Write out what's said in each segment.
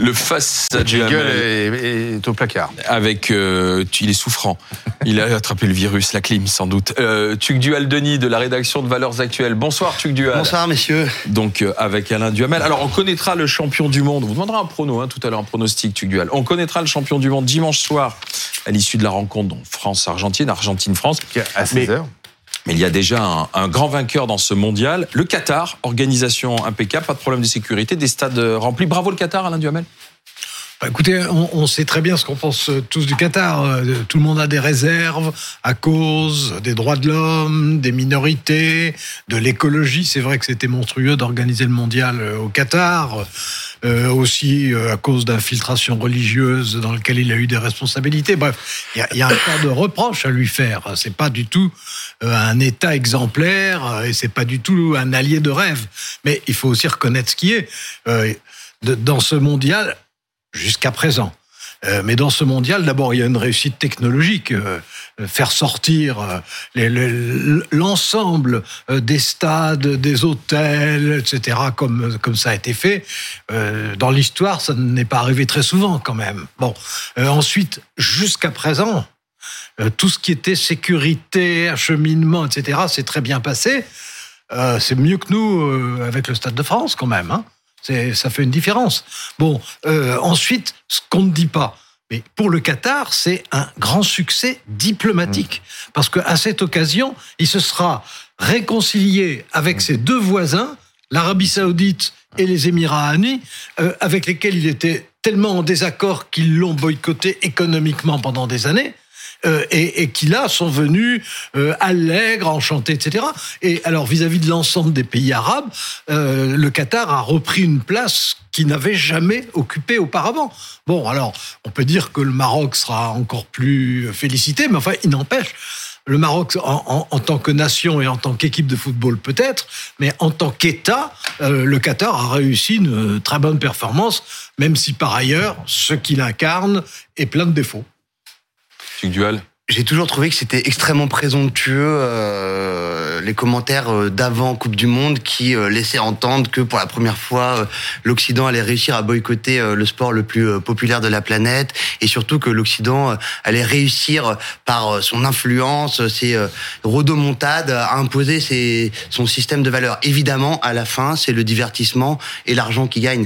Le face Gueule est au placard. Avec, il est souffrant. Il a attrapé le virus, la clim sans doute. Tuc Dual-Denis de la rédaction de Valeurs Actuelles. Bonsoir Tuc Dual. Bonsoir messieurs. Donc avec Alain Duhamel. Alors on connaîtra le champion du monde. On vous demandera un prono tout à l'heure, un pronostic Tuc Dual. On connaîtra le champion du monde dimanche soir à l'issue de la rencontre France-Argentine, Argentine-France. À 16h. Mais il y a déjà un grand vainqueur dans ce mondial. Le Qatar, organisation impeccable, pas de problème de sécurité, des stades remplis. Bravo le Qatar, Alain Duhamel. Écoutez, on sait très bien ce qu'on pense tous du Qatar. Tout le monde a des réserves à cause des droits de l'homme, des minorités, de l'écologie. C'est vrai que c'était monstrueux d'organiser le mondial au Qatar. Aussi à cause d'infiltrations religieuses dans lesquelles il a eu des responsabilités. Bref, il y a un tas de reproches à lui faire. C'est pas du tout un État exemplaire et c'est pas du tout un allié de rêve. Mais il faut aussi reconnaître ce qui est dans ce mondial jusqu'à présent. Mais dans ce mondial, d'abord, il y a une réussite technologique. Faire sortir l'ensemble des stades, des hôtels, etc., comme ça a été fait. Dans l'histoire, ça n'est pas arrivé très souvent, quand même. Bon. Ensuite, jusqu'à présent, tout ce qui était sécurité, acheminement, etc., c'est très bien passé. C'est mieux que nous avec le Stade de France, quand même, hein. Ça fait une différence. Bon, ensuite, ce qu'on ne dit pas, mais pour le Qatar, c'est un grand succès diplomatique. Parce qu'à cette occasion, il se sera réconcilié avec ses deux voisins, l'Arabie Saoudite et les Émirats Arabes, avec lesquels il était tellement en désaccord qu'ils l'ont boycotté économiquement pendant des années. Et qui là sont venus allègres, enchantés, etc. Et alors vis-à-vis de l'ensemble des pays arabes, le Qatar a repris une place qu'il n'avait jamais occupée auparavant. Bon, alors on peut dire que le Maroc sera encore plus félicité, mais enfin il n'empêche. Le Maroc, en tant que nation et en tant qu'équipe de football peut-être, mais en tant qu'État, le Qatar a réussi une très bonne performance, même si par ailleurs, ce qu'il incarne est plein de défauts. Dual. J'ai toujours trouvé que c'était extrêmement présomptueux les commentaires d'avant Coupe du Monde qui laissaient entendre que pour la première fois l'Occident allait réussir à boycotter le sport le plus populaire de la planète et surtout que l'Occident allait réussir par son influence, ses rodomontades à imposer son système de valeurs. Évidemment, à la fin, c'est le divertissement et l'argent qui gagne.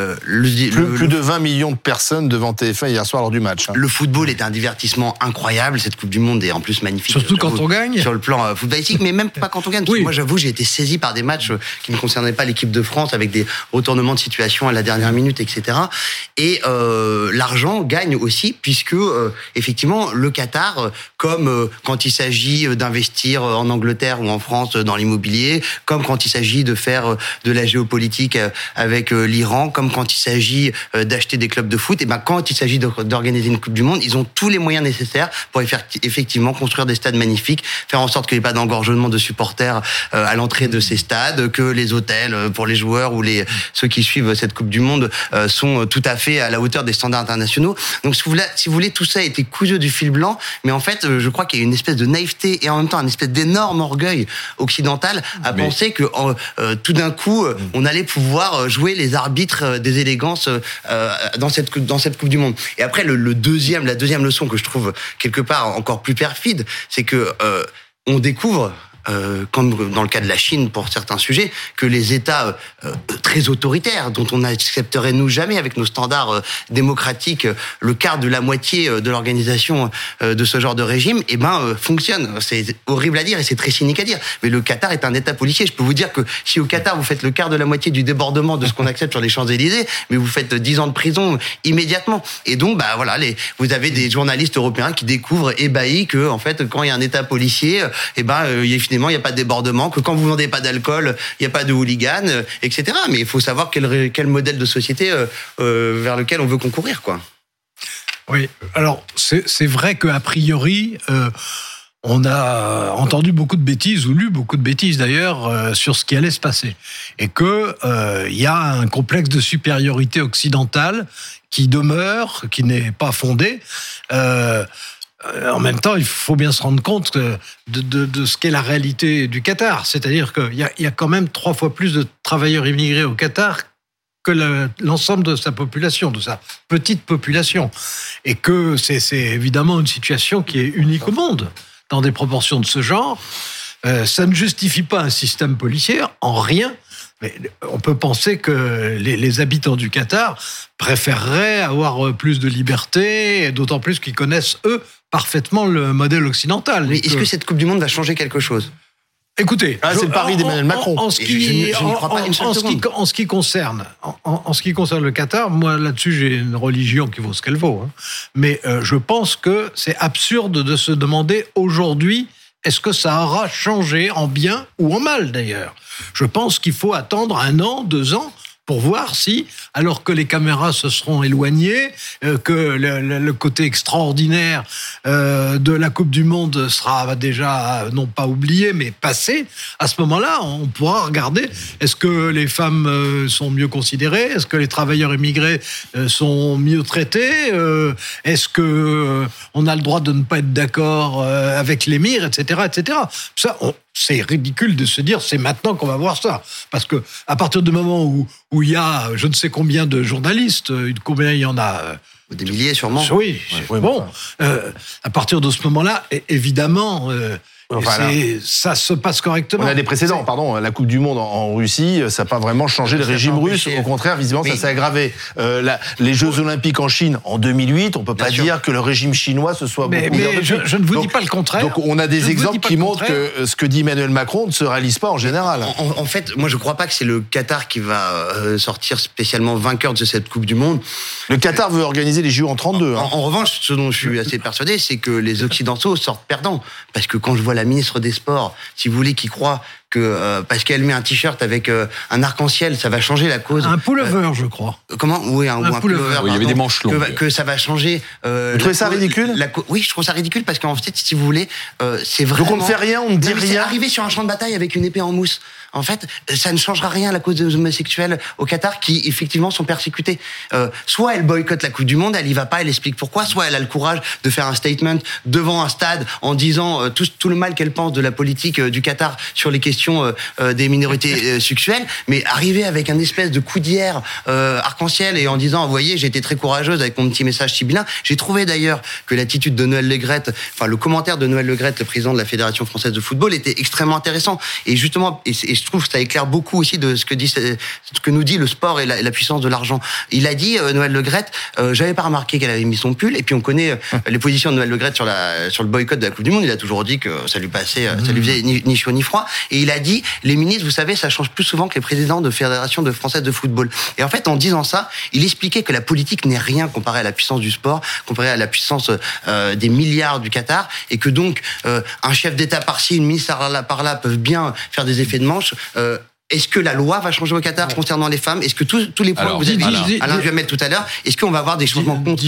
Plus de 20 millions de personnes devant TF1 hier soir lors du match. Le football est un divertissement incroyable. Cette Coupe du Monde est en plus magnifique. Surtout quand on gagne. Sur le plan footballistique, mais même pas quand on gagne. Parce que moi, j'avoue, j'ai été saisi par des matchs qui ne concernaient pas l'équipe de France, avec des retournements de situation à la dernière minute, etc. Et l'argent gagne aussi, puisque effectivement, le Qatar, comme quand il s'agit d'investir en Angleterre ou en France dans l'immobilier, comme quand il s'agit de faire de la géopolitique avec l'Iran, comme quand il s'agit d'acheter des clubs de foot, et ben quand il s'agit d'organiser une Coupe du Monde, ils ont tous les moyens nécessaires pour effectivement construire des stades magnifiques, faire en sorte qu'il n'y ait pas d'engorgement de supporters à l'entrée de ces stades, que les hôtels pour les joueurs ou ceux qui suivent cette Coupe du Monde sont tout à fait à la hauteur des standards internationaux. Donc si vous voulez, tout ça a été cousu du fil blanc, mais en fait, je crois qu'il y a une espèce de naïveté et en même temps une espèce d'énorme orgueil occidental à penser que tout d'un coup, on allait pouvoir jouer les arbitres des élégances dans cette Coupe du Monde. Et après, la deuxième leçon que je trouve quelque part encore plus perfide, c'est que on découvre, comme dans le cas de la Chine pour certains sujets, que les États très autoritaires, dont on n'accepterait nous jamais avec nos standards démocratiques, le quart de la moitié de l'organisation de ce genre de régime, fonctionnent. C'est horrible à dire et c'est très cynique à dire. Mais le Qatar est un État policier. Je peux vous dire que si au Qatar vous faites le quart de la moitié du débordement de ce qu'on accepte sur les Champs-Élysées, mais vous faites 10 ans de prison immédiatement. Et donc, vous avez des journalistes européens qui découvrent ébahis que, en fait, quand il y a un État policier, finalement, il n'y a pas de débordement, que quand vous vendez pas d'alcool, il n'y a pas de hooligans, etc. Mais il faut savoir quel modèle de société vers lequel on veut concourir, quoi. Oui, alors c'est vrai qu'a priori, on a entendu beaucoup de bêtises, ou lu beaucoup de bêtises d'ailleurs, sur ce qui allait se passer. Et que il y a un complexe de supériorité occidentale qui demeure, qui n'est pas fondé. En même temps, il faut bien se rendre compte de ce qu'est la réalité du Qatar. C'est-à-dire qu'il y a quand même 3 fois plus de travailleurs immigrés au Qatar que l'ensemble de sa population, de sa petite population. Et que c'est évidemment une situation qui est unique au monde, dans des proportions de ce genre. Ça ne justifie pas un système policier, en rien. Mais on peut penser que les habitants du Qatar préféreraient avoir plus de liberté, d'autant plus qu'ils connaissent, eux, parfaitement le modèle occidental. Mais est-ce que cette Coupe du Monde va changer quelque chose ? Écoutez, c'est le pari d'Emmanuel Macron. Je n'y crois pas une seule seconde. En ce qui concerne le Qatar, moi là-dessus j'ai une religion qui vaut ce qu'elle vaut. Mais je pense que c'est absurde de se demander aujourd'hui est-ce que ça aura changé en bien ou en mal d'ailleurs. Je pense qu'il faut attendre 1 an, 2 ans pour voir si, alors que les caméras se seront éloignées, que le côté extraordinaire de la Coupe du Monde sera déjà, non pas oublié, mais passé, à ce moment-là, on pourra regarder, est-ce que les femmes sont mieux considérées, est-ce que les travailleurs immigrés sont mieux traités, est-ce que on a le droit de ne pas être d'accord avec l'émir, etc., etc. Ça, c'est ridicule de se dire c'est maintenant qu'on va voir ça. Parce que à partir du moment où il y a je ne sais combien de journalistes, combien il y en a des milliers sûrement. Oui, bon. À partir de ce moment-là, évidemment... ça se passe correctement. On a des précédents, la Coupe du Monde en Russie, ça n'a pas vraiment changé le régime russe. Au contraire, visiblement, ça s'est aggravé. Les Jeux Olympiques en Chine en 2008, on ne peut pas dire que le régime chinois se soit beaucoup ouvert depuis. Je ne vous dis pas le contraire. Donc on a des exemples qui montrent que ce que dit Emmanuel Macron ne se réalise pas en général. En fait, moi je ne crois pas que c'est le Qatar qui va sortir spécialement vainqueur de cette Coupe du Monde. Le Qatar veut organiser les Jeux en 32. En revanche, ce dont je suis assez persuadé, c'est que les Occidentaux sortent perdants. Parce que quand je vois la ministre des Sports, si vous voulez, qui croit que parce qu'elle met un t-shirt avec un arc-en-ciel, ça va changer la cause. Un pullover, je crois. Comment ? Oui, un pullover. Oui, il y avait des manches longues. Que ça va changer. Vous trouvez ça ridicule ? Oui, je trouve ça ridicule parce qu'en fait, si vous voulez, c'est vraiment. Donc on ne fait rien, on ne dit rien. C'est arriver sur un champ de bataille avec une épée en mousse. En fait, ça ne changera rien à la cause des homosexuels au Qatar qui, effectivement, sont persécutés. Soit elle boycotte la Coupe du Monde, elle y va pas, elle explique pourquoi, soit elle a le courage de faire un statement devant un stade en disant tout le mal qu'elle pense de la politique du Qatar sur les questions des minorités sexuelles, mais arriver avec un espèce de coup d'hier arc-en-ciel et en disant, vous voyez, j'ai été très courageuse avec mon petit message sibyllin. J'ai trouvé d'ailleurs que l'attitude de Noël Le Graët, enfin le commentaire de Noël Le Graët, le président de la Fédération française de football, était extrêmement intéressant. Et justement, et je trouve que ça éclaire beaucoup aussi de ce que nous dit le sport et la puissance de l'argent. Il a dit, Noël Le Graët, j'avais pas remarqué qu'elle avait mis son pull, et puis on connaît les positions de Noël Le Graët sur le boycott de la Coupe du Monde. Il a toujours dit que ça lui passait, ça lui faisait ni chaud ni froid. Et il a dit, les ministres, vous savez, ça change plus souvent que les présidents de fédération française de football. Et en fait, en disant ça, il expliquait que la politique n'est rien comparé à la puissance du sport, comparé à la puissance des milliards du Qatar, et que donc un chef d'État par-ci, une ministre par-là peuvent bien faire des effets de manche. Est-ce que la loi va changer au Qatar concernant les femmes ? Est-ce que tous les points que vous avez dit, Alain Duhamel tout à l'heure, est-ce qu'on va avoir des changements concrets ?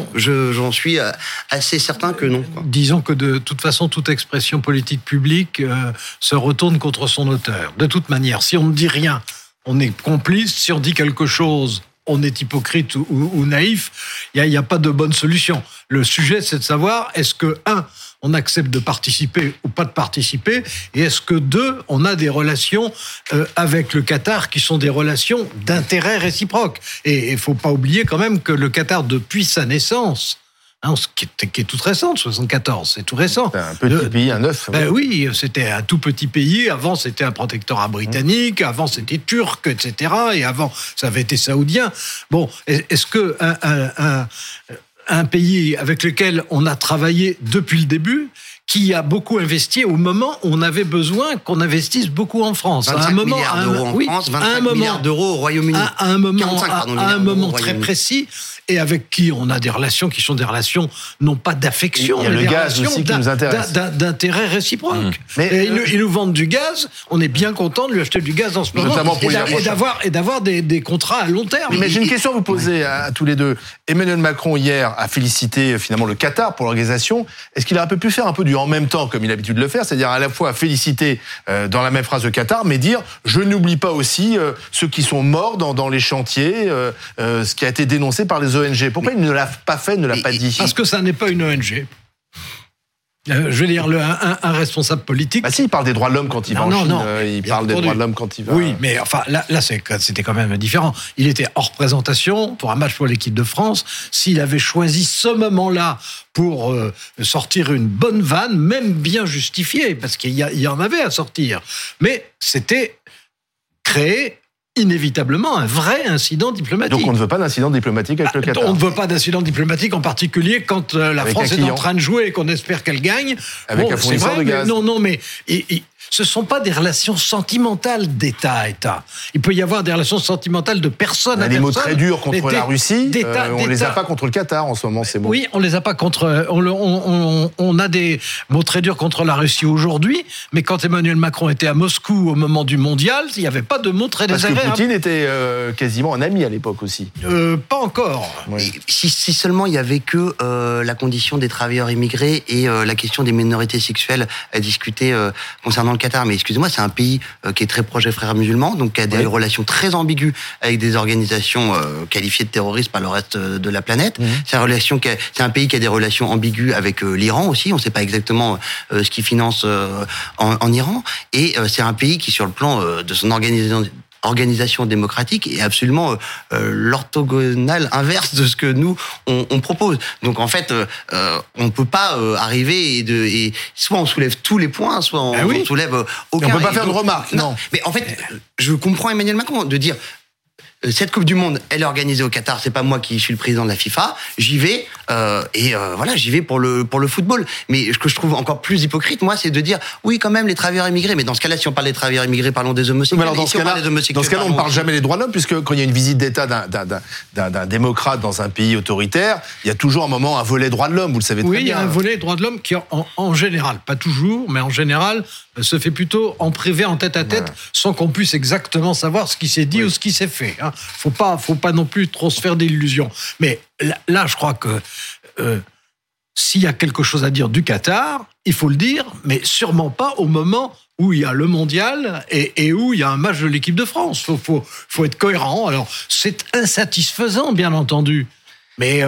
J'en suis assez certain que non. Disons que de toute façon, toute expression politique publique se retourne contre son auteur. De toute manière, si on ne dit rien, on est complice. Si on dit quelque chose, on est hypocrite ou naïf. Il n'y a pas de bonne solution. Le sujet, c'est de savoir, est-ce que, on accepte de participer ou pas de participer, et est-ce que 2, on a des relations avec le Qatar qui sont des relations d'intérêt réciproque. Et il ne faut pas oublier quand même que le Qatar, depuis sa naissance, qui est toute récente, 74, c'est tout récent. C'est un petit pays, un œuf. Oui, c'était un tout petit pays. Avant, c'était un protectorat britannique. Avant, c'était turc, etc. Et avant, ça avait été saoudien. Bon, est-ce que un pays avec lequel on a travaillé depuis le début, qui a beaucoup investi au moment où on avait besoin qu'on investisse beaucoup en France. 25 milliards d'euros en France, 25 milliards d'euros au Royaume-Uni. À un moment très précis, et avec qui on a des relations qui sont des relations, non pas d'affection, mais des relations d'intérêt réciproque. Et ils nous vendent du gaz, on est bien content de lui acheter du gaz en ce moment, et d'avoir des contrats à long terme. Mais j'ai une question à vous poser à tous les deux. Emmanuel Macron, hier, a félicité finalement le Qatar pour l'organisation. Est-ce qu'il aurait pu faire un peu du en même temps, comme il a l'habitude de le faire, c'est-à-dire à la fois féliciter dans la même phrase le Qatar, mais dire je n'oublie pas aussi ceux qui sont morts dans les chantiers, ce qui a été dénoncé par les ONG. Pourquoi il ne l'a pas fait, ne l'a pas dit ? Parce que ça n'est pas une ONG. Je veux dire, un responsable politique. Bah si, il parle des droits de l'homme quand il va en Chine. Il parle des droits de l'homme quand il va. Oui, mais enfin là, c'était quand même différent. Il était hors représentation pour un match pour l'équipe de France. S'il avait choisi ce moment-là pour sortir une bonne vanne, même bien justifiée, parce qu'il y en avait à sortir, mais c'était créé inévitablement un vrai incident diplomatique. Donc on ne veut pas d'incident diplomatique avec le Qatar. On ne veut pas d'incident diplomatique, en particulier quand la France est en train de jouer et qu'on espère qu'elle gagne. Avec un fournisseur de gaz. Mais ce ne sont pas des relations sentimentales d'État à État. Il peut y avoir des relations sentimentales de personne à personne. Des mots très durs contre la Russie, on ne les a pas contre le Qatar en ce moment, c'est bon. Oui, on les a pas contre... On a des mots très durs contre la Russie aujourd'hui, mais quand Emmanuel Macron était à Moscou au moment du mondial, il n'y avait pas de mots très désagréables. Parce que Poutine était quasiment un ami à l'époque aussi. Pas encore. Oui. Si seulement il y avait que la condition des travailleurs immigrés et la question des minorités sexuelles à discuter concernant le Qatar. Mais excusez-moi, c'est un pays qui est très proche des frères musulmans, donc qui a des relations très ambiguës avec des organisations qualifiées de terroristes par le reste de la planète. C'est un pays qui a des relations ambiguës avec l'Iran aussi. On ne sait pas exactement ce qu'il finance en Iran. Et c'est un pays qui, sur le plan de son organisation démocratique est absolument l'orthogonale inverse de ce que nous on propose. Donc en fait, on ne peut pas arriver et soit on soulève tous les points, soit on soulève aucun. Et on peut pas faire de remarques. Non. Mais en fait, je comprends Emmanuel Macron de dire. Cette Coupe du Monde, elle est organisée au Qatar. C'est pas moi qui suis le président de la FIFA. J'y vais voilà, j'y vais pour le football. Mais ce que je trouve encore plus hypocrite, moi, c'est de dire oui, quand même les travailleurs immigrés. Mais dans ce cas-là, si on parle des travailleurs immigrés, parlons des homosexuels. Mais alors dans ce cas-là, on ne parle jamais des droits de l'homme, puisque quand il y a une visite d'État d'un démocrate dans un pays autoritaire, il y a toujours un volet droits de l'homme. Vous le savez très bien. Oui, il y a un volet droits de l'homme qui, en général, pas toujours, mais en général, se fait plutôt en privé, en tête-à-tête, sans qu'on puisse exactement savoir ce qui s'est dit ou ce qui s'est fait. Faut pas non plus trop se faire d'illusions. Mais là, je crois que s'il y a quelque chose à dire du Qatar, il faut le dire, mais sûrement pas au moment où il y a le mondial et où il y a un match de l'équipe de France. Faut être cohérent. Alors, c'est insatisfaisant, bien entendu. Mais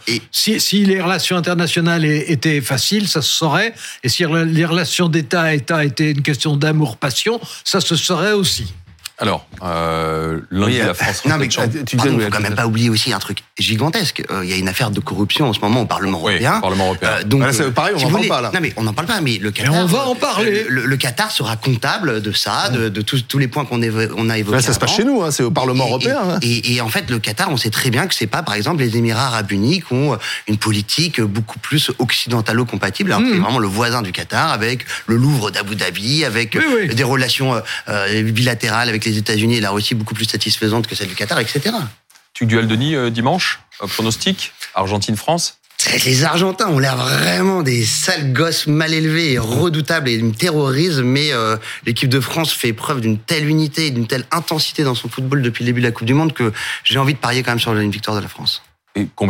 si les relations internationales étaient faciles, ça se saurait. Et si les relations d'État à État étaient une question d'amour-passion, ça se saurait aussi. Alors, lundi, la France... Non, mais il ne faut quand même pas oublier aussi un truc gigantesque. Il y a une affaire de corruption en ce moment au Parlement européen. Oui, Parlement européen. Donc, c'est pareil, on n'en parle pas, là. Non, mais on n'en parle pas, mais le Qatar... Mais on va en parler. Le Qatar sera comptable de ça, de tous les points qu'on a évoqués. Là, ça se passe chez nous, c'est au Parlement européen. Et en fait, le Qatar, on sait très bien que c'est pas, par exemple, les Émirats Arabes Unis qui ont une politique beaucoup plus occidentalo-compatible. Alors, c'est vraiment le voisin du Qatar, avec le Louvre d'Abu Dhabi, avec des relations bilatérales avec les États-Unis et la Russie beaucoup plus satisfaisante que celle du Qatar, etc. Duel Denis dimanche, pronostic, Argentine-France. Les Argentins ont l'air vraiment des sales gosses mal élevés et redoutables et ils me terrorisent, mais l'équipe de France fait preuve d'une telle unité et d'une telle intensité dans son football depuis le début de la Coupe du Monde que j'ai envie de parier quand même sur une victoire de la France. Et combien ?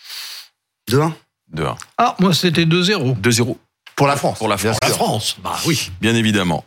2-1. 2-1. Ah, moi c'était 2-0. 2-0. Pour la France. Pour la France. La France, bah oui. Bien évidemment.